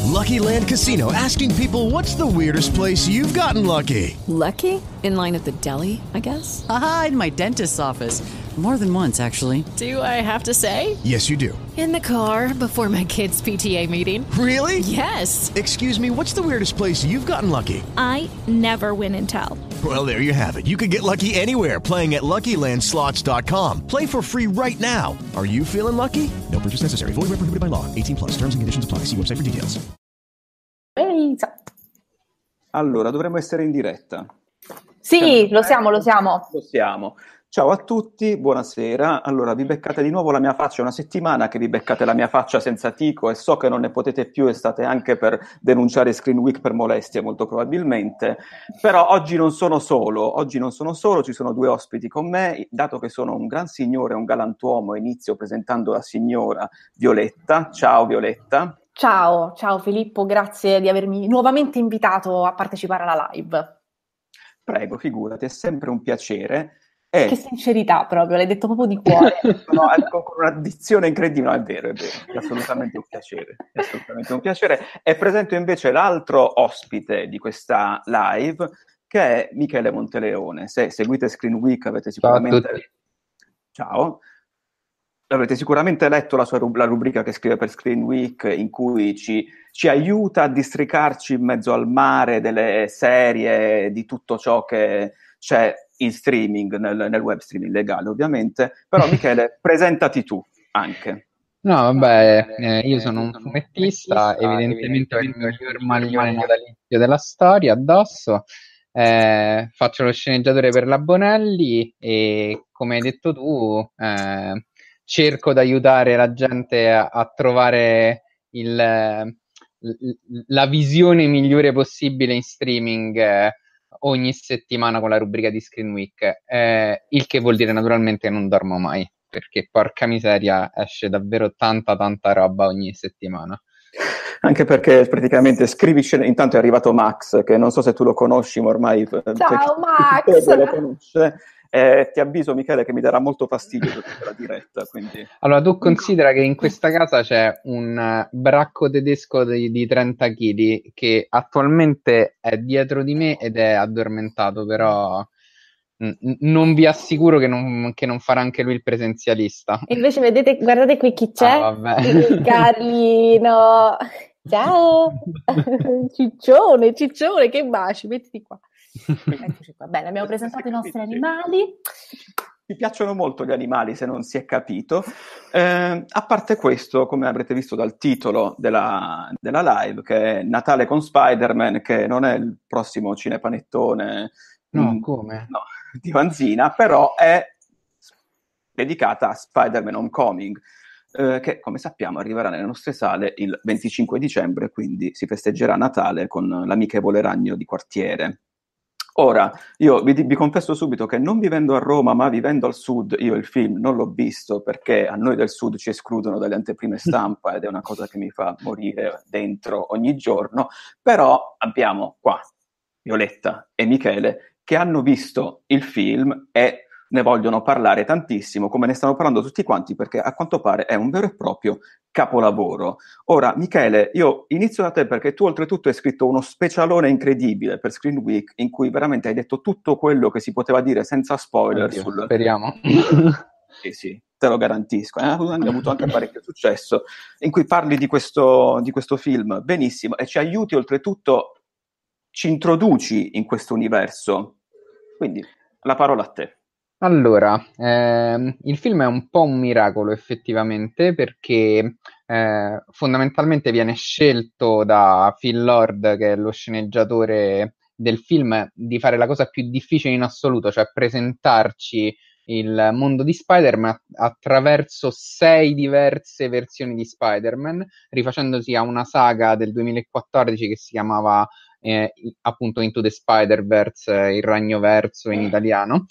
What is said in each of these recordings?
Lucky Land Casino, asking people, what's the weirdest place you've gotten lucky? Lucky? In line at the deli, I guess? Aha, in my dentist's office. More than once, actually. Do I have to say? Yes, you do. In the car before my kids' PTA meeting. Really? Yes. Excuse me, what's the weirdest place you've gotten lucky? I never win and tell. Well, there you have it. You can get lucky anywhere, playing at LuckyLandSlots.com. Play for free right now. Are you feeling lucky? No purchase necessary. Void where prohibited by law. 18 plus. Terms and conditions apply. See website for details. Ehi, Allora, dovremmo essere in diretta. sì, lo siamo. Lo siamo. Ciao a tutti, buonasera. Allora, vi beccate di nuovo la mia faccia, è una settimana che vi beccate la mia faccia senza Tico e so che non ne potete più e state anche per denunciare Screen Week per molestie, molto probabilmente. Però oggi non sono solo, ci sono due ospiti con me, dato che sono un gran signore, un galantuomo, inizio presentando la signora Violetta. Ciao Violetta. Ciao Filippo, grazie di avermi nuovamente invitato a partecipare alla live. Prego, figurati, è sempre un piacere. Che sincerità proprio, l'hai detto proprio di cuore. No, con una dizione incredibile, no, è vero, è assolutamente un piacere. E presento invece l'altro ospite di questa live, che è Michele Monteleone. Se seguite Screen Week avete sicuramente... Ciao. Avrete sicuramente letto la rubrica che scrive per Screen Week, in cui ci aiuta a districarci in mezzo al mare delle serie, di tutto ciò che c'è in streaming, nel web streaming legale ovviamente. Però Michele, presentati tu anche. No, vabbè, io sono un fumettista, evidentemente ho il miglior maglione natalizio della storia addosso, faccio lo sceneggiatore per la Bonelli e, come hai detto tu, cerco di aiutare la gente a trovare la visione migliore possibile in streaming ogni settimana con la rubrica di Screen Week, il che vuol dire naturalmente che non dormo mai, perché porca miseria esce davvero tanta roba ogni settimana. Anche perché praticamente scrivi scene. Intanto è arrivato Max, che non so se tu lo conosci, ma ormai Ciao Max! Lo conosce. Ti avviso Michele che mi darà molto fastidio durante la diretta, quindi... Allora tu considera che in questa casa c'è un bracco tedesco di 30 kg che attualmente è dietro di me ed è addormentato, però non vi assicuro che non farà anche lui il presenzialista. E invece vedete, guardate qui chi c'è, vabbè. Carlino, ciao, Ciccione, che baci, mettiti qua. Eccoci qua. Bene, abbiamo presentato i nostri animali. Mi piacciono molto gli animali, se non si è capito. A parte questo, come avrete visto dal titolo della live, che è Natale con Spider-Man, che non è il prossimo cinepanettone come? No, di Vanzina, però è dedicata a Spider-Man Homecoming, che come sappiamo arriverà nelle nostre sale il 25 dicembre, quindi si festeggerà Natale con l'amichevole ragno di quartiere. Ora, io vi confesso subito che non vivendo a Roma, ma vivendo al sud, io il film non l'ho visto perché a noi del sud ci escludono dalle anteprime stampa ed è una cosa che mi fa morire dentro ogni giorno, però abbiamo qua Violetta e Michele che hanno visto il film e ne vogliono parlare tantissimo, come ne stanno parlando tutti quanti, perché a quanto pare è un vero e proprio capolavoro. Ora, Michele, io inizio da te perché tu oltretutto hai scritto uno specialone incredibile per Screen Week in cui veramente hai detto tutto quello che si poteva dire senza spoiler. Speriamo. Sì, te lo garantisco. Ha avuto anche parecchio successo, in cui parli di questo film benissimo e ci aiuti oltretutto, ci introduci in questo universo. Quindi la parola a te. Allora, il film è un po' un miracolo effettivamente perché fondamentalmente viene scelto da Phil Lord, che è lo sceneggiatore del film, di fare la cosa più difficile in assoluto, cioè presentarci il mondo di Spider-Man attraverso 6 diverse versioni di Spider-Man, rifacendosi a una saga del 2014 che si chiamava appunto Into the Spider-Verse, il Ragnoverso in italiano,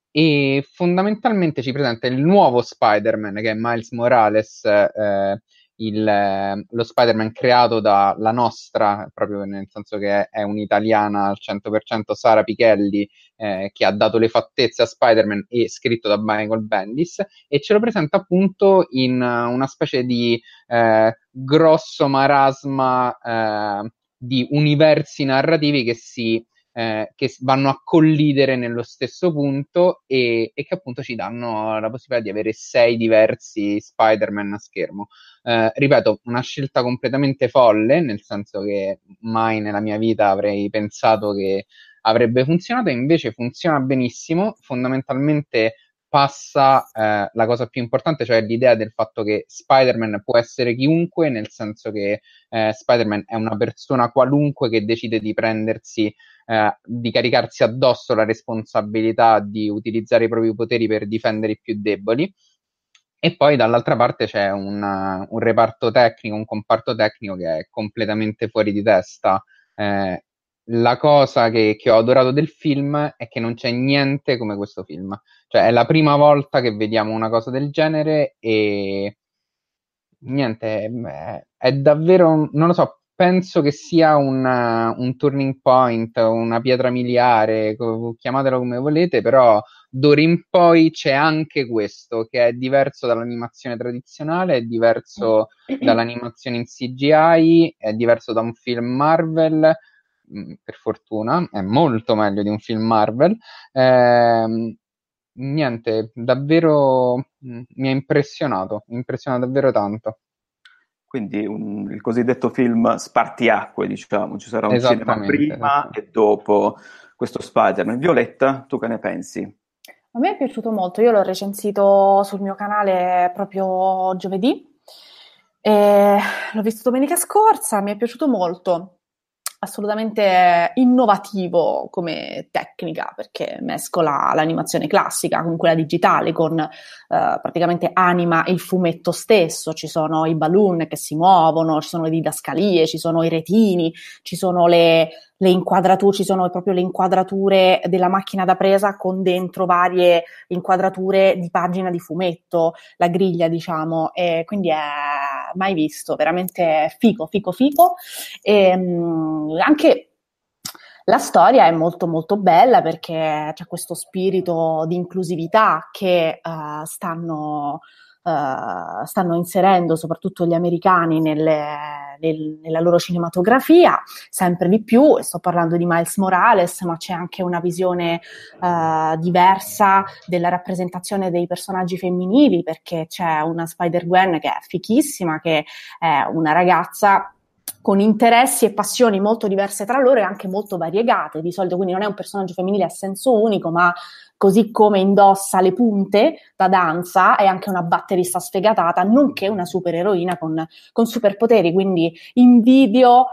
e fondamentalmente ci presenta il nuovo Spider-Man, che è Miles Morales, lo Spider-Man creato dalla nostra, proprio nel senso che è un'italiana al 100%, Sara Pichelli, che ha dato le fattezze a Spider-Man e scritto da Michael Bendis, e ce lo presenta appunto in una specie di grosso marasma di universi narrativi che vanno a collidere nello stesso punto e che appunto ci danno la possibilità di avere 6 diversi Spider-Man a schermo. Ripeto, una scelta completamente folle, nel senso che mai nella mia vita avrei pensato che avrebbe funzionato, e invece funziona benissimo. Fondamentalmente passa la cosa più importante, cioè l'idea del fatto che Spider-Man può essere chiunque, nel senso che Spider-Man è una persona qualunque che decide di prendersi, di caricarsi addosso la responsabilità di utilizzare i propri poteri per difendere i più deboli. E poi dall'altra parte c'è un reparto tecnico, un comparto tecnico che è completamente fuori di testa. La cosa che ho adorato del film è che non c'è niente come questo film. Cioè, è la prima volta che vediamo una cosa del genere e niente, è davvero, non lo so, penso che sia un turning point, una pietra miliare, chiamatelo come volete, però d'ora in poi c'è anche questo, che è diverso dall'animazione tradizionale, è diverso dall'animazione in CGI, è diverso da un film Marvel, per fortuna, è molto meglio di un film Marvel. Niente, davvero mi ha impressionato davvero tanto. Quindi il cosiddetto film spartiacque, diciamo, ci sarà un cinema prima e dopo questo Spider-Man. Violetta, tu che ne pensi? A me è piaciuto molto, io l'ho recensito sul mio canale proprio giovedì, e l'ho visto domenica scorsa, mi è piaciuto molto. Assolutamente innovativo come tecnica, perché mescola l'animazione classica con quella digitale, con praticamente anima il fumetto stesso. Ci sono i balloon che si muovono, ci sono le didascalie, ci sono i retini, ci sono le inquadrature, ci sono proprio le inquadrature della macchina da presa con dentro varie inquadrature di pagina di fumetto, la griglia, diciamo, e quindi è mai visto, veramente figo. E anche la storia è molto molto bella, perché c'è questo spirito di inclusività che stanno inserendo soprattutto gli americani nella loro cinematografia, sempre di più. Sto parlando di Miles Morales, ma c'è anche una visione diversa della rappresentazione dei personaggi femminili, perché c'è una Spider-Gwen che è fichissima, che è una ragazza con interessi e passioni molto diverse tra loro e anche molto variegate, di solito, quindi non è un personaggio femminile a senso unico, ma così come indossa le punte da danza è anche una batterista sfegatata, nonché una supereroina con superpoteri, quindi invidio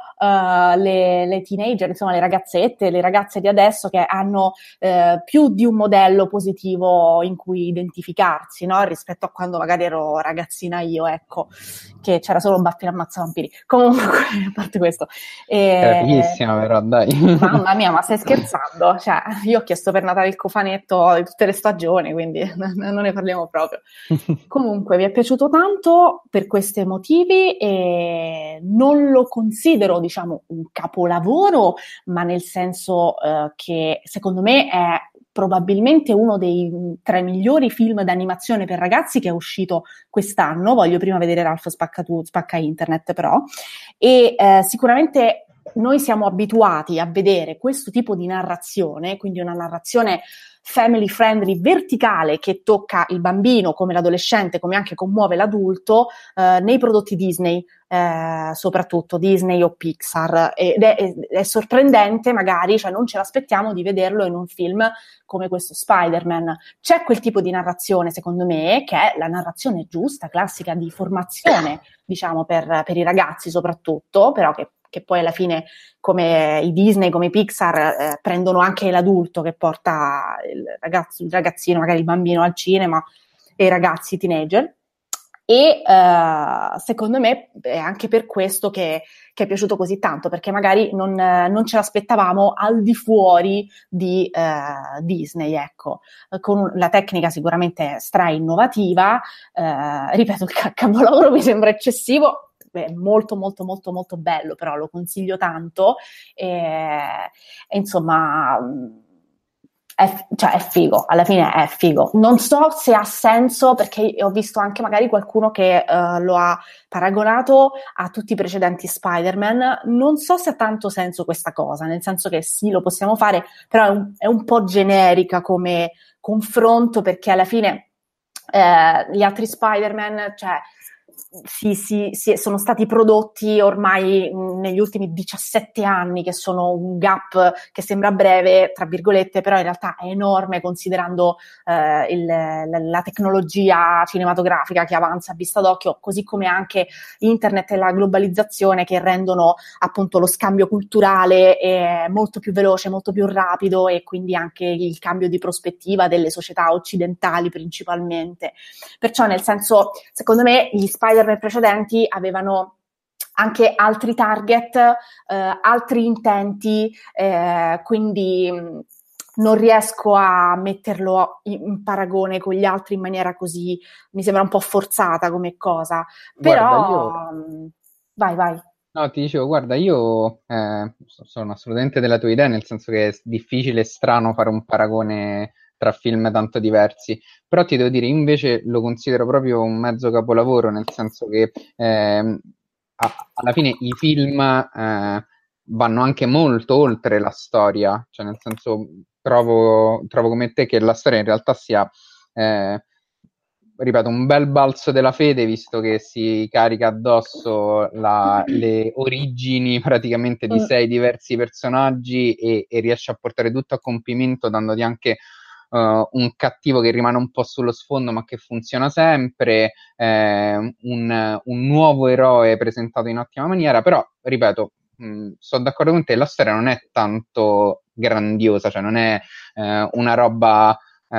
le teenager, insomma le ragazzette, le ragazze di adesso che hanno più di un modello positivo in cui identificarsi, no? Rispetto a quando magari ero ragazzina io, ecco, che c'era solo Buffy l'ammazza vampiri. Comunque, a parte questo. Era fighissima però, dai. Mamma mia, ma stai scherzando? Cioè, io ho chiesto per Natale il cofanetto di tutte le stagioni, quindi non ne parliamo proprio. Comunque, mi è piaciuto tanto per questi motivi e non lo considero, diciamo, un capolavoro, ma nel senso che secondo me è probabilmente uno dei 3 migliori film d'animazione per ragazzi che è uscito quest'anno. Voglio prima vedere Ralph Spacca Internet, però, e sicuramente noi siamo abituati a vedere questo tipo di narrazione, quindi una narrazione family friendly, verticale, che tocca il bambino come l'adolescente, come anche commuove l'adulto, nei prodotti Disney, soprattutto Disney o Pixar, ed è sorprendente magari, cioè non ce l'aspettiamo di vederlo in un film come questo Spider-Man. C'è quel tipo di narrazione, secondo me, che è la narrazione giusta, classica di formazione, diciamo, per i ragazzi soprattutto, però che poi alla fine, come i Disney, come i Pixar, prendono anche l'adulto che porta il ragazzino, magari il bambino al cinema, e i ragazzi, i teenager. E secondo me è anche per questo che è piaciuto così tanto, perché magari non ce l'aspettavamo al di fuori di Disney, ecco, con la tecnica sicuramente stra innovativa, ripeto, il capolavoro mi sembra eccessivo, è molto molto molto molto bello, però lo consiglio tanto, e insomma... Cioè è figo, alla fine è figo. Non so se ha senso, perché ho visto anche magari qualcuno che lo ha paragonato a tutti i precedenti Spider-Man. Non so se ha tanto senso questa cosa, nel senso che sì, lo possiamo fare, però è un po' generica come confronto, perché alla fine gli altri Spider-Man, cioè sono stati prodotti ormai negli ultimi 17 anni, che sono un gap che sembra breve, tra virgolette, però in realtà è enorme considerando la tecnologia cinematografica che avanza a vista d'occhio, così come anche internet e la globalizzazione, che rendono appunto lo scambio culturale molto più veloce, molto più rapido, e quindi anche il cambio di prospettiva delle società occidentali principalmente. Perciò, nel senso, secondo me gli Spider-Man precedenti avevano anche altri target, altri intenti, quindi non riesco a metterlo in paragone con gli altri in maniera così, mi sembra un po' forzata come cosa. Però vai. No, ti dicevo, guarda, io sono assolutamente della tua idea, nel senso che è difficile e strano fare un paragone tra film tanto diversi, però ti devo dire, invece lo considero proprio un mezzo capolavoro, nel senso che alla fine i film vanno anche molto oltre la storia, cioè nel senso trovo come te che la storia in realtà sia... ripeto, un bel balzo della fede, visto che si carica addosso le origini praticamente di 6 diversi personaggi e riesce a portare tutto a compimento, dandoti anche un cattivo che rimane un po' sullo sfondo ma che funziona sempre, un nuovo eroe presentato in ottima maniera, però, ripeto, sono d'accordo con te, la storia non è tanto grandiosa, cioè non è una roba...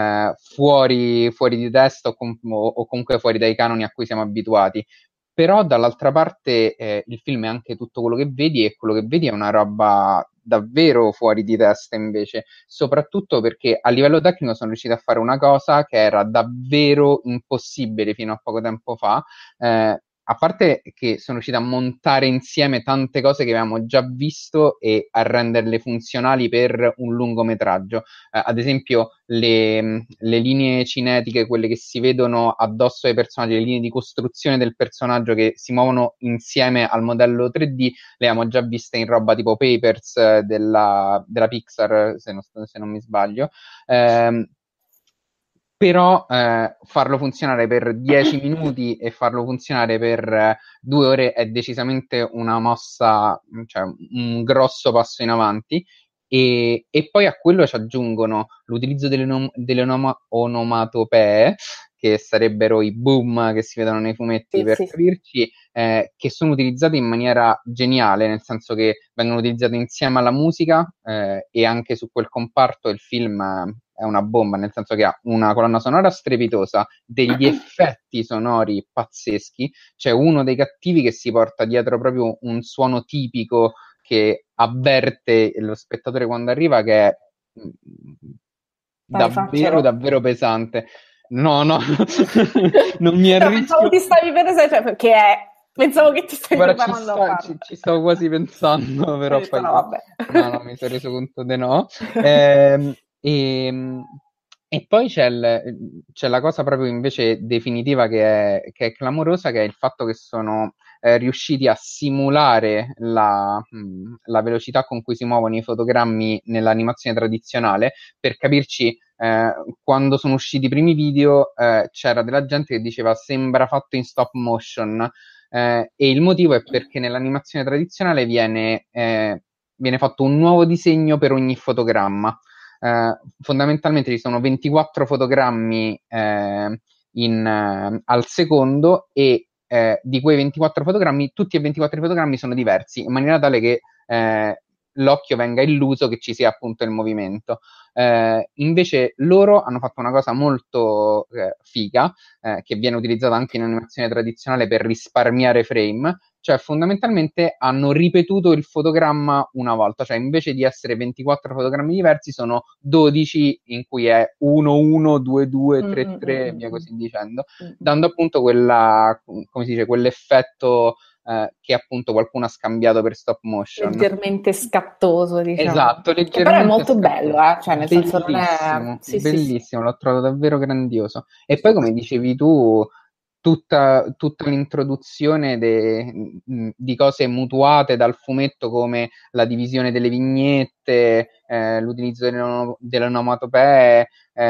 fuori di testa o comunque fuori dai canoni a cui siamo abituati, però dall'altra parte il film è anche tutto quello che vedi, e quello che vedi è una roba davvero fuori di testa, invece, soprattutto perché a livello tecnico sono riusciti a fare una cosa che era davvero impossibile fino a poco tempo fa, a parte che sono riusciti a montare insieme tante cose che avevamo già visto e a renderle funzionali per un lungometraggio. Ad esempio le linee cinetiche, quelle che si vedono addosso ai personaggi, le linee di costruzione del personaggio che si muovono insieme al modello 3D, le abbiamo già viste in roba tipo Papers della Pixar, se non mi sbaglio. Però farlo funzionare per 10 minuti e farlo funzionare per 2 ore è decisamente una mossa, cioè un grosso passo in avanti. E poi a quello ci aggiungono l'utilizzo delle onomatopee, che sarebbero i boom che si vedono nei fumetti, per capirci, che sono utilizzate in maniera geniale, nel senso che vengono utilizzate insieme alla musica, e anche su quel comparto il film è una bomba, nel senso che ha una colonna sonora strepitosa, degli effetti sonori pazzeschi. C'è uno dei cattivi che si porta dietro proprio un suono tipico che avverte lo spettatore quando arriva, che è davvero pesante. No, non mi arrisco. Pensavo ti stavi pensavo che ti stavi preparando a farlo. Ci stavo quasi pensando, però poi no, vabbè. No, mi sono reso conto di no. E poi c'è la cosa proprio invece definitiva che è clamorosa, che è il fatto che sono riusciti a simulare la velocità con cui si muovono i fotogrammi nell'animazione tradizionale. Per capirci, quando sono usciti i primi video c'era della gente che diceva sembra fatto in stop motion, e il motivo è perché nell'animazione tradizionale viene fatto un nuovo disegno per ogni fotogramma. Fondamentalmente ci sono 24 fotogrammi al secondo, e di quei 24 fotogrammi tutti e 24 i fotogrammi sono diversi, in maniera tale che l'occhio venga illuso che ci sia appunto il movimento. Invece loro hanno fatto una cosa molto figa, che viene utilizzata anche in animazione tradizionale per risparmiare frame, cioè fondamentalmente hanno ripetuto il fotogramma una volta, cioè invece di essere 24 fotogrammi diversi sono 12 in cui è 1, 1, 2, 2, 3, 3 e via così dicendo, dando appunto quella, come si dice, quell'effetto che appunto qualcuno ha scambiato per stop motion. Leggermente scattoso, diciamo. Esatto, leggermente che però è molto scattoso. bello, cioè nel senso non è... Bellissimo, bellissimo, l'ho trovato davvero grandioso. E poi, come dicevi tu, tutta l'introduzione di cose mutuate dal fumetto, come la divisione delle vignette, l'utilizzo delle onomatopee,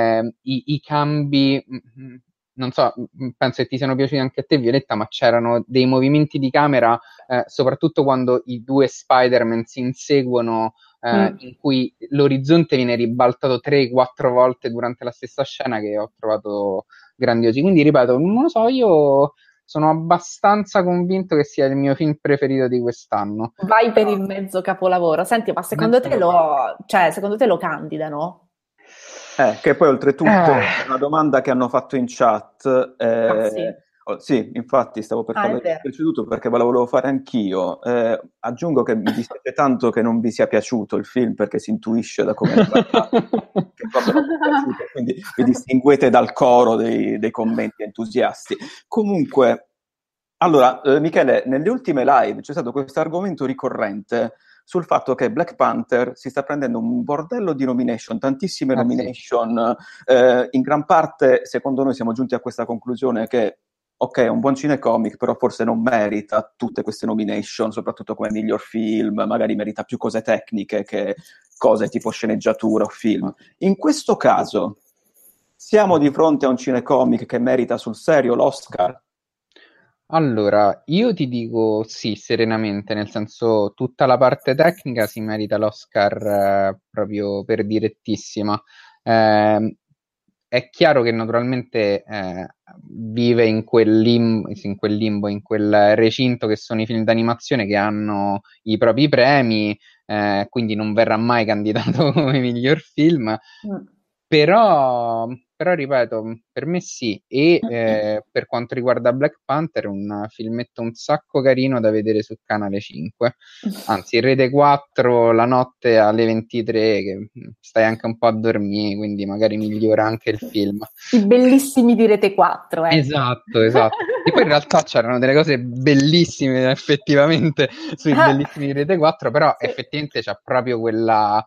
i cambi. Non so, penso che ti siano piaciuti anche a te, Violetta, ma c'erano dei movimenti di camera, soprattutto quando i due Spider-Man si inseguono, in cui l'orizzonte viene ribaltato 3-4 volte durante la stessa scena, che ho trovato grandiosi. Quindi, ripeto, non lo so, io sono abbastanza convinto che sia il mio film preferito di quest'anno. Vai per il mezzo capolavoro. Senti, ma secondo te lo candidano? Che poi oltretutto è una domanda che hanno fatto in chat. Sì, infatti stavo per farlo preceduto perché ve lo volevo fare anch'io. Aggiungo che mi dispiace tanto che non vi sia piaciuto il film, perché si intuisce da come è parlato che proprio non vi è piaciuto, quindi vi distinguete dal coro dei commenti entusiasti. Comunque, allora, Michele, nelle ultime live c'è stato questo argomento ricorrente sul fatto che Black Panther si sta prendendo un bordello di nomination, tantissime nomination, in gran parte, secondo noi, siamo giunti a questa conclusione che, ok, è un buon cinecomic, però forse non merita tutte queste nomination, soprattutto come miglior film, magari merita più cose tecniche che cose tipo sceneggiatura o film. In questo caso, siamo di fronte a un cinecomic che merita sul serio l'Oscar? Allora, io ti dico sì, serenamente, nel senso, tutta la parte tecnica si merita l'Oscar proprio per direttissima. È chiaro che naturalmente vive in quel limbo, in quel recinto che sono i film d'animazione che hanno i propri premi, quindi non verrà mai candidato come miglior film. Però, ripeto, per me sì, e per quanto riguarda Black Panther è un filmetto un sacco carino da vedere su Canale 5, anzi Rete 4 la notte alle 23, che stai anche un po' a dormire, quindi magari migliora anche il film. I bellissimi di Rete 4, Esatto. E poi in realtà c'erano delle cose bellissime effettivamente sui bellissimi di Rete 4, però effettivamente c'ha proprio quella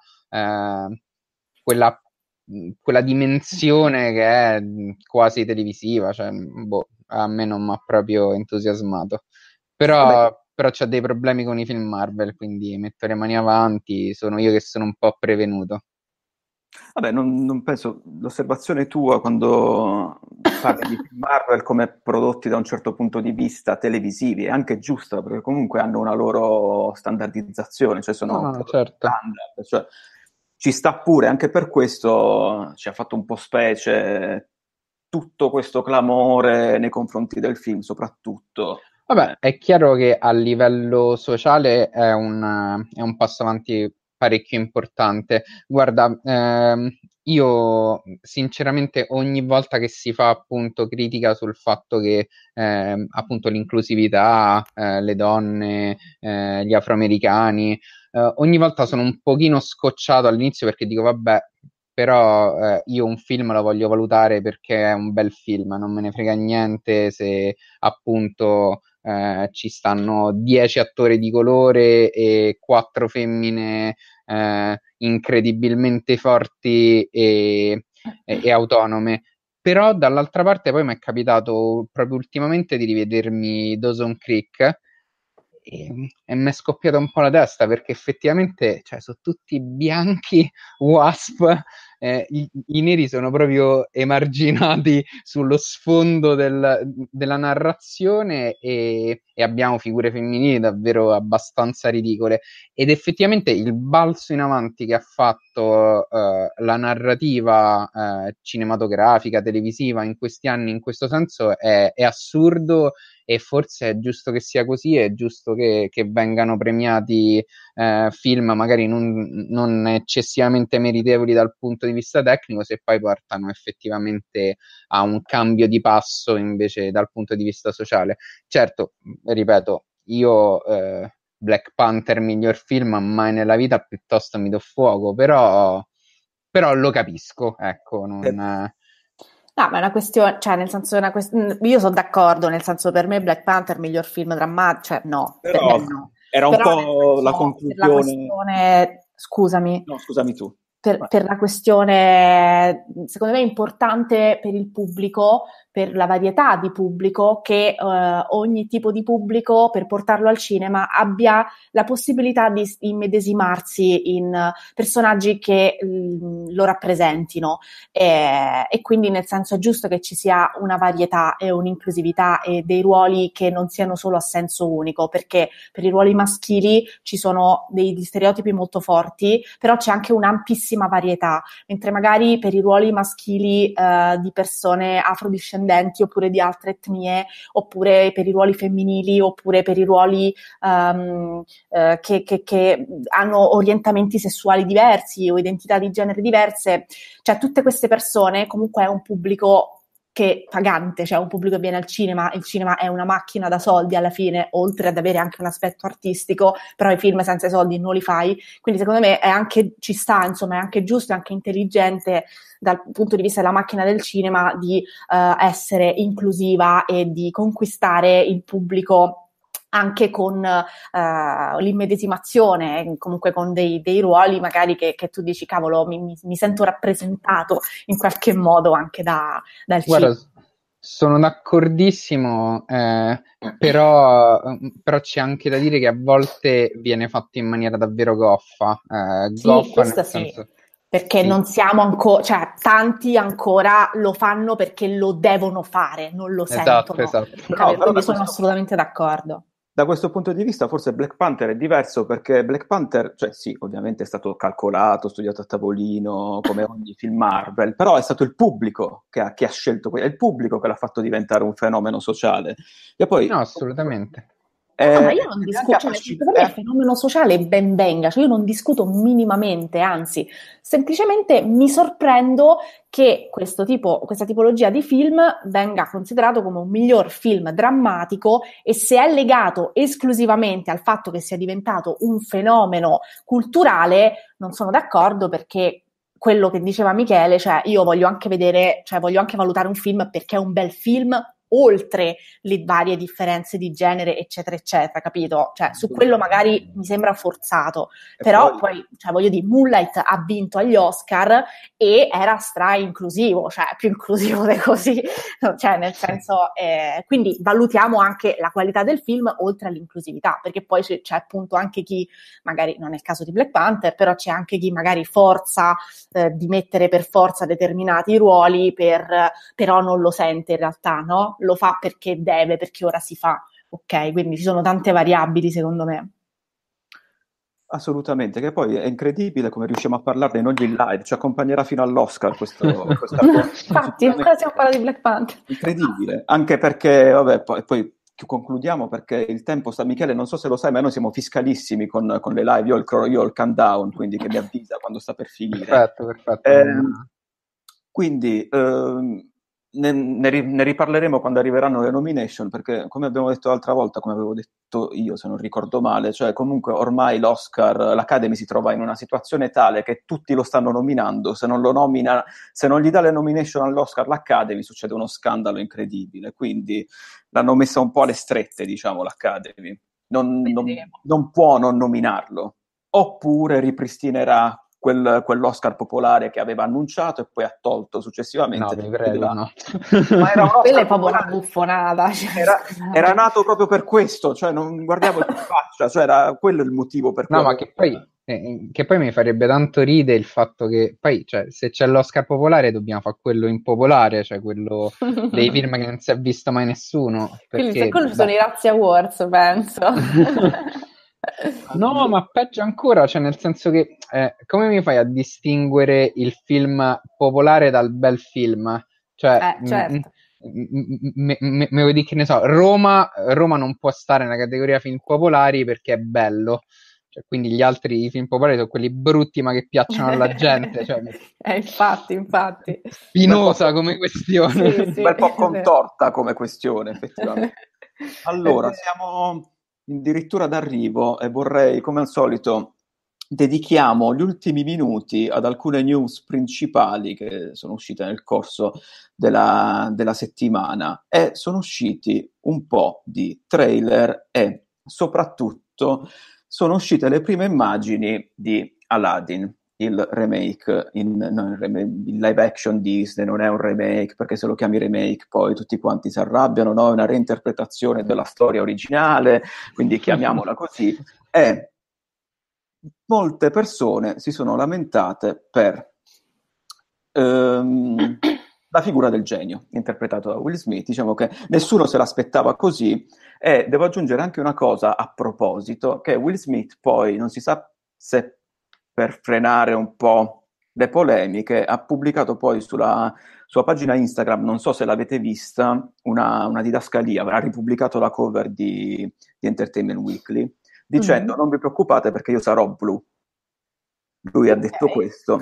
dimensione che è quasi televisiva, cioè, a me non mi ha proprio entusiasmato. Però c'ha dei problemi con i film Marvel, quindi metto le mani avanti, sono io che sono un po' prevenuto. Vabbè, non penso, l'osservazione tua quando parli di film Marvel come prodotti da un certo punto di vista televisivi è anche giusta, perché comunque hanno una loro standardizzazione, cioè sono certo. standard, cioè ci sta pure, anche per questo ci ha fatto un po' specie tutto questo clamore nei confronti del film, soprattutto. Vabbè, è chiaro che a livello sociale è un passo avanti parecchio importante. Guarda, io sinceramente ogni volta che si fa appunto critica sul fatto che appunto l'inclusività, le donne, gli afroamericani, ogni volta sono un pochino scocciato all'inizio, perché dico vabbè, però io un film lo voglio valutare perché è un bel film, non me ne frega niente se appunto ci stanno 10 attori di colore e 4 femmine incredibilmente forti e autonome. Però dall'altra parte poi mi è capitato proprio ultimamente di rivedermi Dawson's Creek e mi è scoppiata un po' la testa, perché effettivamente, cioè, sono tutti bianchi, wasp, i neri sono proprio emarginati sullo sfondo della narrazione, e abbiamo figure femminili davvero abbastanza ridicole, ed effettivamente il balzo in avanti che ha fatto la narrativa cinematografica, televisiva in questi anni in questo senso è assurdo, e forse è giusto che sia così, è giusto che vengano premiati film magari non eccessivamente meritevoli dal punto di vista tecnico, se poi portano effettivamente a un cambio di passo invece dal punto di vista sociale. Certo, ripeto, io Black Panther miglior film mai nella vita, piuttosto mi do fuoco, però lo capisco, ecco, non... No, ma è una questione, cioè nel senso io sono d'accordo, nel senso per me Black Panther miglior film drammatico, cioè no, però per me no. era un Però po' nel senso, la per conclusione. la questione, scusami. No, scusami tu. Per la questione, secondo me, importante per il pubblico, per la varietà di pubblico, che ogni tipo di pubblico, per portarlo al cinema, abbia la possibilità di immedesimarsi in personaggi che lo rappresentino. E quindi, nel senso, è giusto che ci sia una varietà e un'inclusività e dei ruoli che non siano solo a senso unico, perché per i ruoli maschili ci sono degli stereotipi molto forti, però c'è anche un'ampissima varietà, mentre magari per i ruoli maschili di persone afrodiscendenti oppure di altre etnie, oppure per i ruoli femminili, oppure per i ruoli che hanno orientamenti sessuali diversi o identità di genere diverse, cioè tutte queste persone comunque è un pubblico che pagante, cioè un pubblico che viene al cinema, il cinema è una macchina da soldi alla fine, oltre ad avere anche un aspetto artistico, però i film senza i soldi non li fai, quindi secondo me è anche, ci sta, insomma, è anche giusto e anche intelligente dal punto di vista della macchina del cinema di essere inclusiva e di conquistare il pubblico anche con l'immedesimazione, comunque con dei ruoli magari che tu dici, cavolo, mi sento rappresentato in qualche modo anche dal Guarda, cinema. sono d'accordissimo, però c'è anche da dire che a volte viene fatto in maniera davvero goffa. Sì, Goffa questo nel sì, senso... perché Sì. non siamo ancora, cioè tanti ancora lo fanno perché lo devono fare, non lo Esatto. sentono. Però Quindi da sono questo- assolutamente d'accordo. Da questo punto di vista forse Black Panther è diverso, perché Black Panther, cioè sì, ovviamente è stato calcolato, studiato a tavolino, come ogni film Marvel, però è stato il pubblico che ha scelto, è il pubblico che l'ha fatto diventare un fenomeno sociale. E poi, No, assolutamente. No, ma io non è discuto, anche cioè, per me il fenomeno sociale ben venga, cioè io non discuto minimamente, anzi, semplicemente mi sorprendo che questa tipologia di film venga considerato come un miglior film drammatico, e se è legato esclusivamente al fatto che sia diventato un fenomeno culturale, non sono d'accordo, perché quello che diceva Michele, cioè io voglio anche vedere, cioè voglio anche valutare un film perché è un bel film, oltre le varie differenze di genere, eccetera, eccetera, capito? Cioè, su quello magari mi sembra forzato, però poi cioè, voglio dire, Moonlight ha vinto agli Oscar e era stra-inclusivo, cioè più inclusivo di così, cioè nel senso, quindi valutiamo anche la qualità del film oltre all'inclusività, perché poi c'è appunto anche chi, magari non è il caso di Black Panther, però c'è anche chi magari forza di mettere per forza determinati ruoli, però non lo sente in realtà, no? Lo fa perché deve, perché ora si fa, ok? Quindi ci sono tante variabili, secondo me. Assolutamente, che poi è incredibile come riusciamo a parlarne in ogni live, ci accompagnerà fino all'Oscar questa Infatti, ancora stiamo parlando di Black Panther. Incredibile, anche perché, vabbè, poi concludiamo perché il tempo sta. Michele, non so se lo sai, ma noi siamo fiscalissimi con le live, io ho il countdown, quindi che mi avvisa quando sta per finire. Perfetto. Quindi ne riparleremo quando arriveranno le nomination, perché come abbiamo detto l'altra volta, come avevo detto io se non ricordo male, cioè comunque ormai l'Academy si trova in una situazione tale che tutti lo stanno nominando, se non lo nomina, se non gli dà le nomination all'Oscar l'Academy succede uno scandalo incredibile, quindi l'hanno messa un po' alle strette, diciamo, l'Academy, non può non nominarlo, oppure ripristinerà quell'Oscar popolare che aveva annunciato e poi ha tolto successivamente. No, vi prego, no. Ma era quella è proprio una buffonata. Cioè, era nato proprio per questo, cioè non guardiamo in faccia, cioè era quello il motivo per cui... No, ma che poi mi farebbe tanto ridere il fatto che poi, cioè, se c'è l'Oscar popolare dobbiamo fare quello impopolare, cioè quello dei film che non si è visto mai nessuno. Perché, quello ci sono i Razzie Awards, penso. No, ma peggio ancora, cioè nel senso che come mi fai a distinguere il film popolare dal bel film? Cioè, certo. me vuoi dire che ne so, Roma non può stare nella categoria film popolari perché è bello. Cioè, quindi gli altri film popolari sono quelli brutti ma che piacciono alla gente. Cioè, infatti. spinosa come questione. Sì, Un bel po' contorta come questione, effettivamente. Allora, siamo addirittura d'arrivo e vorrei, come al solito, dedichiamo gli ultimi minuti ad alcune news principali che sono uscite nel corso della settimana, e sono usciti un po' di trailer e soprattutto sono uscite le prime immagini di Aladdin, il remake, il live action Disney. Non è un remake, perché se lo chiami remake poi tutti quanti si arrabbiano, no? È una reinterpretazione della storia originale, quindi chiamiamola così. E molte persone si sono lamentate per la figura del genio interpretato da Will Smith. Diciamo che nessuno se l'aspettava così, e devo aggiungere anche una cosa a proposito, che Will Smith poi, non si sa se per frenare un po' le polemiche, ha pubblicato poi sulla sua pagina Instagram, non so se l'avete vista, una didascalia, avrà ripubblicato la cover di Entertainment Weekly, dicendo non vi preoccupate perché io sarò blu. Lui ha detto questo.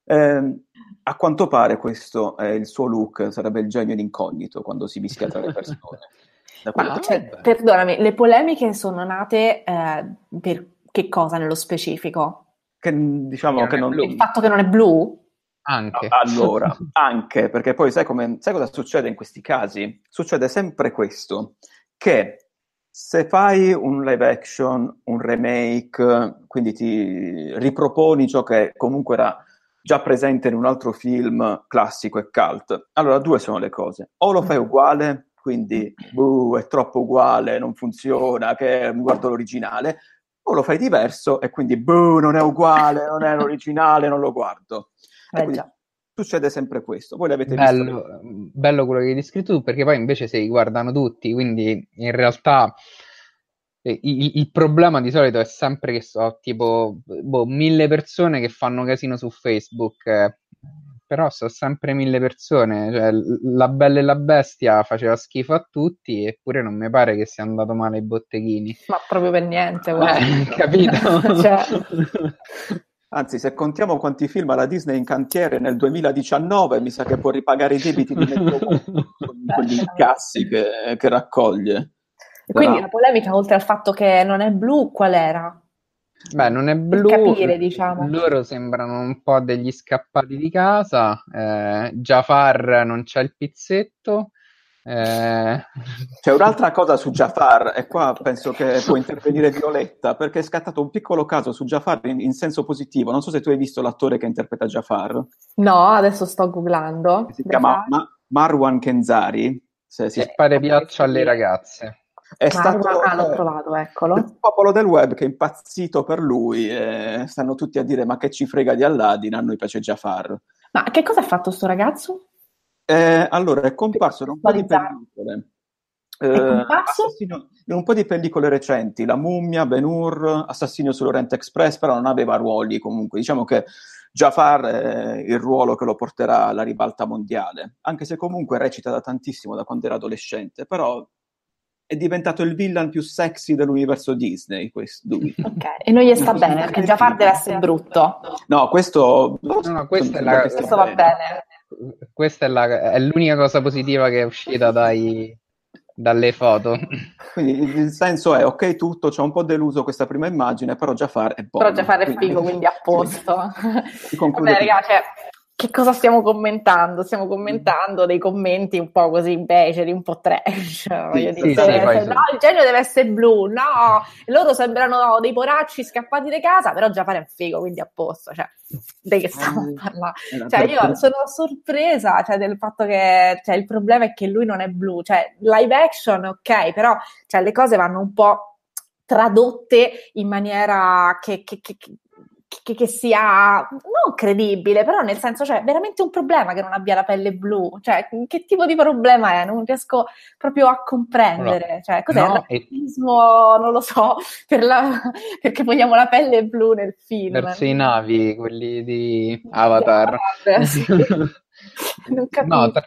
A quanto pare questo è il suo look, sarebbe il genio in incognito quando si mischia tra le persone. Perdonami, le polemiche sono nate per che cosa nello specifico? Che diciamo che non... Il fatto che non è blu? Anche. Allora, anche, perché poi sai cosa succede in questi casi? Succede sempre questo, che se fai un live action, un remake, quindi ti riproponi ciò che comunque era già presente in un altro film classico e cult, allora due sono le cose: o lo fai uguale, quindi è troppo uguale, non funziona, che guardo l'originale, o lo fai diverso e quindi non è uguale, non è l'originale, non lo guardo. Succede sempre questo. Voi l'avete visto? Bello quello che hai descritto tu, perché poi invece si guardano tutti, quindi in realtà il problema di solito è sempre che tipo 1000 persone che fanno casino su Facebook, però sono sempre 1000 persone. Cioè, La Bella e la Bestia faceva schifo a tutti, eppure non mi pare che sia andato male ai botteghini. Ma proprio per niente, capito? Cioè... Anzi, se contiamo quanti film ha la Disney in cantiere nel 2019, mi sa che può ripagare i debiti di mezzo mondo con gli incassi che raccoglie. E quindi la polemica, oltre al fatto che non è blu, qual era? Beh, non è blu, per capire, diciamo. Loro sembrano un po' degli scappati di casa. Jafar non c'ha il pizzetto. C'è un'altra cosa su Jafar, e qua penso che può intervenire Violetta, perché è scattato un piccolo caso su Jafar in senso positivo. Non so se tu hai visto l'attore che interpreta Jafar. No, adesso sto googlando. Si chiama Marwan Kenzari. Se pare piaccia alle ragazze. È stato l'ho trovato, eccolo. Il popolo del web che è impazzito per lui, stanno tutti a dire: ma che ci frega di Aladdin, a noi piace Jafar. Ma che cosa ha fatto sto ragazzo? Allora è comparso in un po' di pellicole. In un po' di pellicole recenti, La Mummia, Ben-Hur, Assassinio sull'Orient Express, però non aveva ruoli comunque. Diciamo che Jafar è il ruolo che lo porterà alla ribalta mondiale, anche se comunque recita da tantissimo, da quando era adolescente, però è diventato il villain più sexy dell'universo Disney, lui. Ok, e non gli sta bene, perché Jafar deve essere brutto. No, questo... questo va bene. Questa è l'unica cosa positiva che è uscita dalle foto. Quindi il senso è: ok, tutto, c'è un po' deluso questa prima immagine, però Jafar è buono. Però Jafar è figo, quindi a posto. Sì. Vabbè, ragazzi, che cosa stiamo commentando? Stiamo commentando dei commenti un po' così beceri, un po' trash. No, il genio deve essere blu, no, loro sembrano dei poracci scappati di casa, però Jafar è figo, quindi a posto. Cioè, di che stiamo parlando? Cioè, io sono sorpresa, cioè, del fatto che, cioè, il problema è che lui non è blu. Cioè, live action, ok, però, cioè, le cose vanno un po' tradotte in maniera che sia non credibile, però nel senso, cioè, veramente un problema che non abbia la pelle blu. Cioè, che tipo di problema è? Non riesco proprio a comprendere. Cioè, cos'è il razzismo? Non lo so, perché vogliamo la pelle blu nel film. Verso i navi, quelli di Avatar. Sì. Non capisco.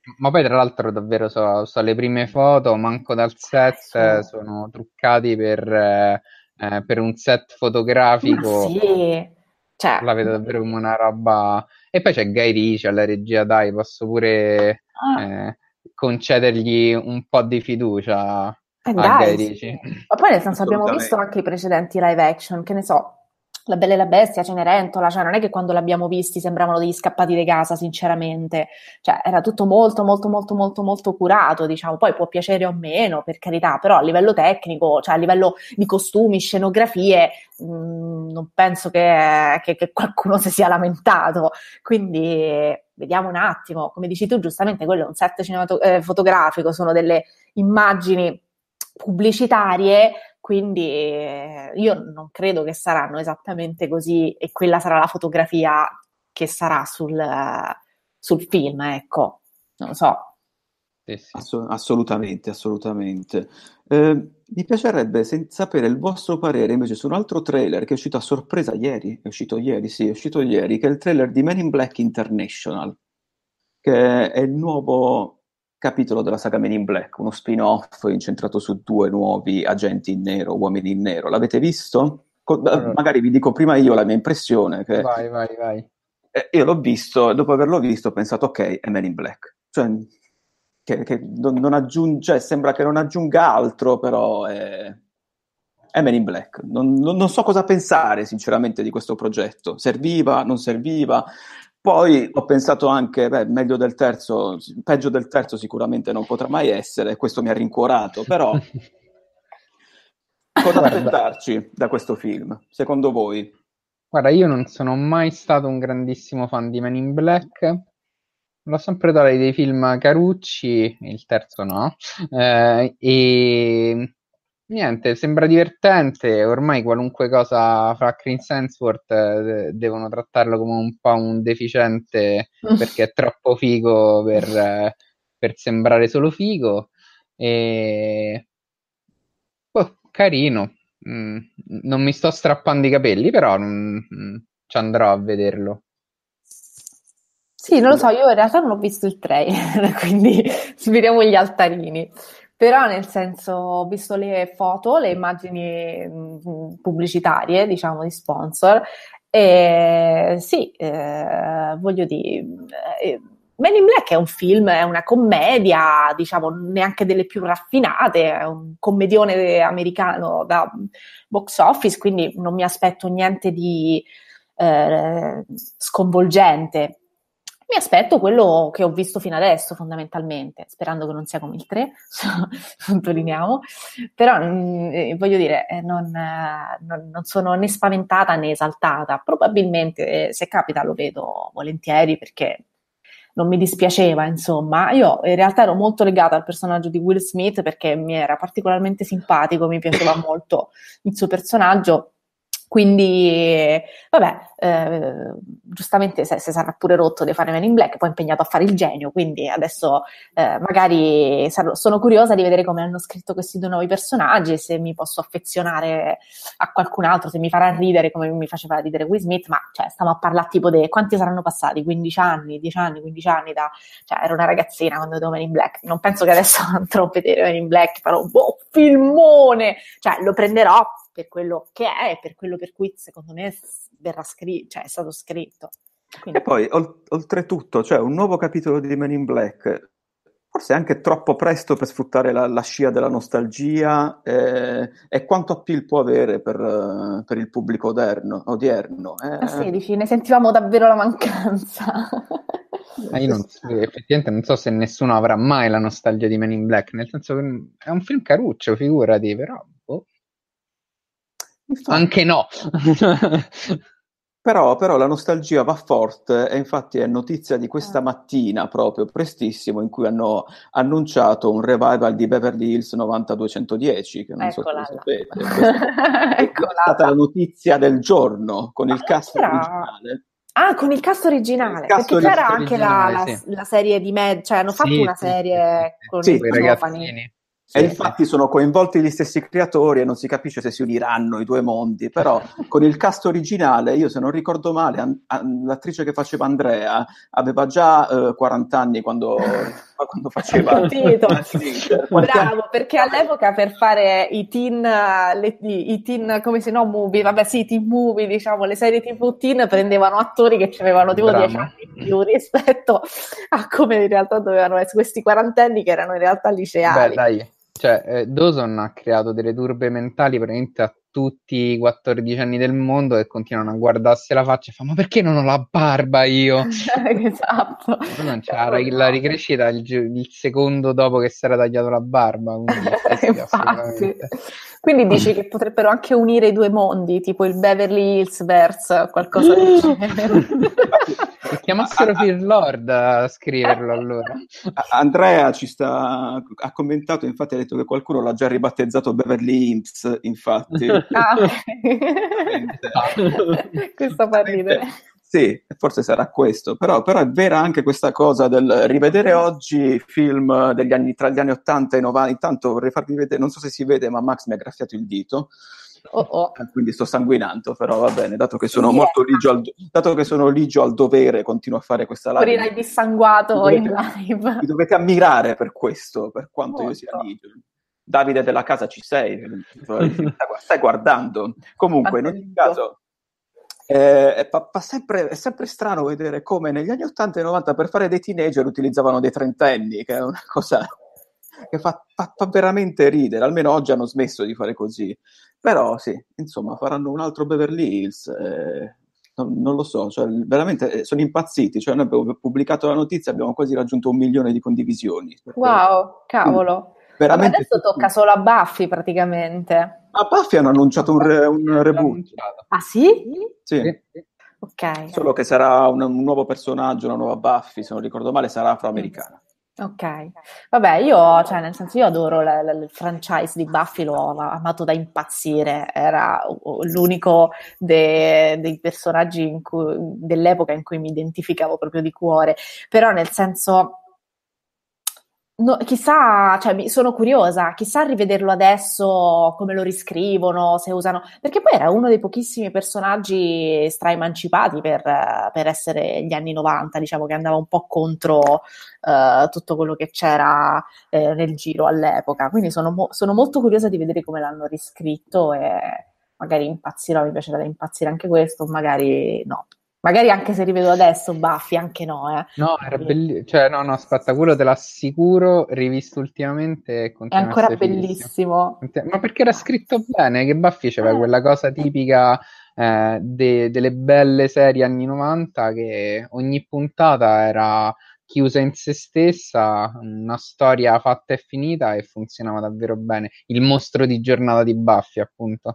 Ma poi tra l'altro davvero so le prime foto, manco dal set, sono truccati per un set Ma fotografico, sì, cioè, la vedo davvero come una roba... E poi c'è Guy Ritchie alla regia, dai, posso pure concedergli un po' di fiducia a Guy dai, sì. Ritchie. Ma poi nel senso abbiamo visto Assolutamente. anche i precedenti live action, che ne so, La Bella e la Bestia, Cenerentola, cioè non è che quando l'abbiamo visti sembravano degli scappati di casa, sinceramente, cioè era tutto molto molto molto molto molto curato, diciamo, poi può piacere o meno, per carità, però a livello tecnico, cioè a livello di costumi, scenografie, non penso che qualcuno si sia lamentato, quindi vediamo un attimo, come dici tu giustamente, quello è un set fotografico, sono delle immagini pubblicitarie, quindi io non credo che saranno esattamente così e quella sarà la fotografia che sarà sul film, ecco, non lo so. Sì, sì. Assolutamente, assolutamente. Mi piacerebbe sapere il vostro parere invece su un altro trailer che è uscito a sorpresa ieri, è uscito ieri, sì, è uscito ieri, che è il trailer di Men in Black International, che è il nuovo capitolo della saga Men in Black, uno spin-off incentrato su due nuovi agenti in nero, uomini in nero. L'avete visto? Allora, Magari vi dico prima io la mia impressione, che vai. io l'ho visto e dopo averlo visto ho pensato, ok, è Men in Black. Cioè, che non aggiunge, sembra che non aggiunga altro, però è Men in Black. Non so cosa pensare, sinceramente, di questo progetto. Serviva, non serviva? Poi ho pensato anche, meglio del terzo, peggio del terzo sicuramente non potrà mai essere, questo mi ha rincuorato, però cosa Guarda, aspettarci da questo film, secondo voi? guarda, io non sono mai stato un grandissimo fan di Men in Black. L'ho sempre dato dei film carucci, il terzo no. E niente, sembra divertente. Ormai qualunque cosa fa Chris Hemsworth devono trattarlo come un po' un deficiente perché è troppo figo per sembrare solo figo. E carino. Mm, non mi sto strappando i capelli, però ci andrò a vederlo. Sì, non lo so, io in realtà non ho visto il trailer, quindi speriamo gli altarini. Però nel senso, ho visto le foto, le immagini pubblicitarie, diciamo, di sponsor, e sì, voglio dire, Men in Black è un film, è una commedia, diciamo, neanche delle più raffinate, è un commedione americano da box office, quindi non mi aspetto niente di sconvolgente. Mi aspetto quello che ho visto fino adesso, fondamentalmente, sperando che non sia come il 3, sottolineiamo, però voglio dire, non sono né spaventata né esaltata, probabilmente se capita lo vedo volentieri perché non mi dispiaceva, insomma. Io in realtà ero molto legata al personaggio di Will Smith perché mi era particolarmente simpatico, mi piaceva molto il suo personaggio. Quindi, vabbè, giustamente se sarà pure rotto di fare Men in Black, poi è impegnato a fare il genio, quindi adesso magari sono curiosa di vedere come hanno scritto questi due nuovi personaggi, se mi posso affezionare a qualcun altro, se mi farà ridere come mi faceva ridere Will Smith, ma cioè, stiamo a parlare tipo di quanti saranno passati, 15 anni, 10 anni, 15 anni, cioè ero una ragazzina quando vedevo Men in Black, non penso che adesso andrò a vedere Men in Black, farò filmone, cioè lo prenderò per quello che è, per quello per cui secondo me verrà scritto, cioè è stato scritto. Quindi... E poi, oltretutto, cioè un nuovo capitolo di Men in Black, forse è anche troppo presto per sfruttare la scia della nostalgia e quanto appeal può avere per il pubblico odierno. A 16, ne sentivamo davvero la mancanza. Io effettivamente non so se nessuno avrà mai la nostalgia di Men in Black, nel senso che è un film caruccio, figurati, però... Anche no. Però la nostalgia va forte e infatti è notizia di questa mattina, proprio prestissimo, in cui hanno annunciato un revival di Beverly Hills 90210, che non so se lo sapete. È stata la notizia del giorno, con il cast originale. Ah, con il cast originale, perché c'era anche la serie di cioè hanno fatto una serie con i giovani. E infatti sono coinvolti gli stessi creatori e non si capisce se si uniranno i due mondi, però con il cast originale, io se non ricordo male, l'attrice che faceva Andrea aveva già 40 anni quando quando faceva Capito. qualche anno Bravo, perché all'epoca per fare i teen, i teen, come se no movie, vabbè sì, teen movie, diciamo, le serie TV teen prendevano attori che avevano tipo Bravo. 10 anni in più rispetto a come in realtà dovevano essere questi quarantenni che erano in realtà liceali. Beh, dai, cioè, Dawson ha creato delle turbe mentali praticamente a tutti i 14 anni del mondo che continuano a guardarsi la faccia e fa: ma perché non ho la barba io? Esatto. Poi non c'era la ricrescita il secondo dopo che si era tagliato la barba, quindi sì, Infatti. assolutamente. Quindi dici che potrebbero anche unire i due mondi, tipo il Beverly Hills verse, qualcosa del genere. Se chiamassero Phil Lord a scriverlo allora. Andrea ha commentato, infatti ha detto che qualcuno l'ha già ribattezzato Beverly Hills, infatti. Ah, questo fa ridere. Sì, forse sarà questo, però è vera anche questa cosa del rivedere oggi film degli anni, tra gli anni 80 e 90. Intanto vorrei farvi vedere, non so se si vede, ma Max mi ha graffiato il dito. Quindi sto sanguinando, però va bene, dato che sono molto ligio al dovere, continuo a fare questa live. Morirai dissanguato in live. Mi dovete ammirare per questo, per quanto Molto. io sia ligio. Davide della casa, ci sei? Stai guardando? Comunque, in ogni caso, è sempre strano vedere come negli anni 80 e 90 per fare dei teenager utilizzavano dei trentenni, che è una cosa che fa veramente ridere. Almeno oggi hanno smesso di fare così. Però sì, insomma, faranno un altro Beverly Hills. Non lo so, cioè, veramente sono impazziti. Cioè, noi abbiamo pubblicato la notizia, abbiamo quasi raggiunto 1 milione di condivisioni. Wow, cavolo. Veramente adesso tocca solo a Buffy praticamente. A Buffy hanno annunciato un reboot. Ah sì? Sì. Ok. Solo che sarà un nuovo personaggio, una nuova Buffy, se non ricordo male, sarà afroamericana. Ok, vabbè, io, cioè, nel senso, io adoro il franchise di Buffy, l'ho amato da impazzire, era l'unico dei personaggi dell'epoca in cui mi identificavo proprio di cuore, però nel senso, no, chissà, cioè, sono curiosa, chissà rivederlo adesso, come lo riscrivono, se usano, perché poi era uno dei pochissimi personaggi straemancipati per essere gli anni 90, diciamo che andava un po' contro tutto quello che c'era nel giro all'epoca, quindi sono molto curiosa di vedere come l'hanno riscritto e magari impazzirò, mi piacerebbe impazzire anche questo, magari no. Magari anche se rivedo adesso Buffy, anche no, No, era bellissimo. Cioè, no, aspetta, quello te l'assicuro, rivisto ultimamente, è continua a ancora essere bellissimo. Ma perché era scritto bene, che Buffy c'era quella cosa tipica delle belle serie anni 90, che ogni puntata era chiusa in se stessa, una storia fatta e finita, e funzionava davvero bene. Il mostro di giornata di Buffy, appunto.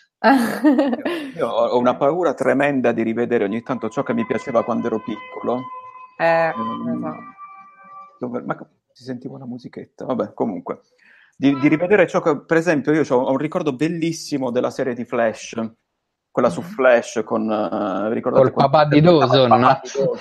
Io ho una paura tremenda di rivedere ogni tanto ciò che mi piaceva quando ero piccolo. Ma si sentiva una musichetta? Vabbè, comunque. Di rivedere ciò che, per esempio, io ho un ricordo bellissimo della serie di Flash, quella su Flash con Col papà di Dawson.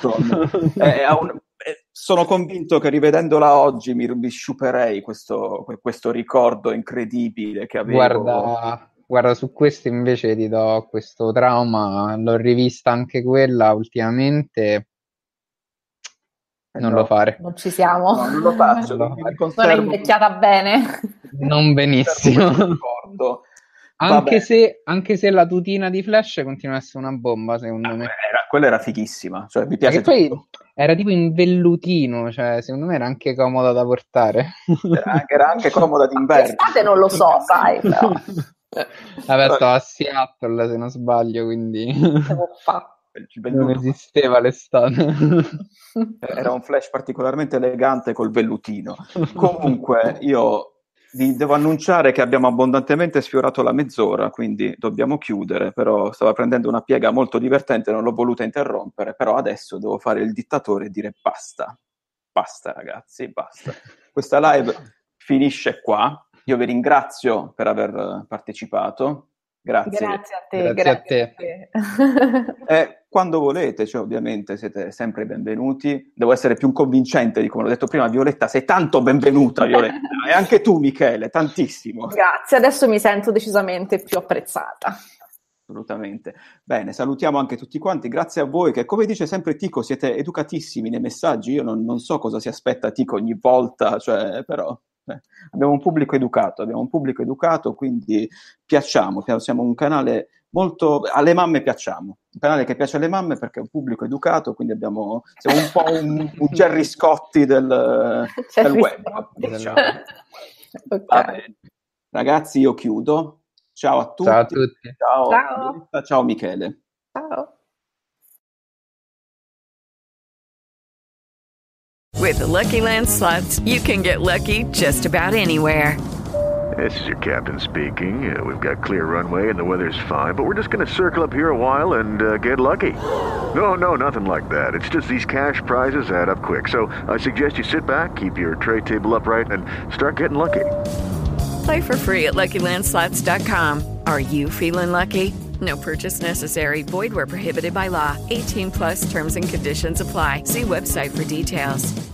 Sono convinto che rivedendola oggi mi sciuperei questo ricordo incredibile che avevo. Guarda, su questo invece ti do questo trauma, l'ho rivista anche quella ultimamente, non lo fare. Non ci siamo. No, non lo faccio, non è invecchiata bene. Non benissimo. Anche se la tutina di Flash continua a essere una bomba, secondo me. Quella era fighissima, cioè mi piace. Perché poi era tipo in vellutino, cioè secondo me era anche comoda da portare. Era anche comoda d'inverno. L'estate non lo so, sai, però. Vabbè, stavo a Seattle se non sbaglio, quindi non esisteva l'estate. Era un Flash particolarmente elegante col vellutino. Comunque io vi devo annunciare che abbiamo abbondantemente sfiorato la mezz'ora, quindi dobbiamo chiudere, però stava prendendo una piega molto divertente, non l'ho voluta interrompere, però adesso devo fare il dittatore e dire basta ragazzi, basta. Questa live finisce qua. Io vi ringrazio per aver partecipato. Grazie a te. Grazie a te. Quando volete, cioè, ovviamente siete sempre benvenuti. Devo essere più convincente di come l'ho detto prima. Violetta, sei tanto benvenuta, Violetta. E anche tu, Michele, tantissimo. Grazie, adesso mi sento decisamente più apprezzata. Assolutamente. Bene, salutiamo anche tutti quanti, grazie a voi che, come dice sempre Tico, siete educatissimi nei messaggi. Io non so cosa si aspetta Tico ogni volta, cioè, però abbiamo un pubblico educato, quindi piacciamo, siamo un canale molto... alle mamme piacciamo, un canale che piace alle mamme perché è un pubblico educato, quindi siamo un po' un Gerry Scotti del web. Diciamo. Okay. Va bene. Ragazzi, io chiudo. Ciao a tutti. Ciao a tutti. Ciao. Ciao Michele. Ciao. With the Lucky Land Slots, you can get lucky just about anywhere. This is your captain speaking. We've got clear runway and the weather's fine, but we're just going to circle up here a while and get lucky. No, nothing like that. It's just these cash prizes add up quick. So I suggest you sit back, keep your tray table upright, and start getting lucky. Play for free at LuckyLandSlots.com. Are you feeling lucky? No purchase necessary. Void where prohibited by law. 18+ terms and conditions apply. See website for details.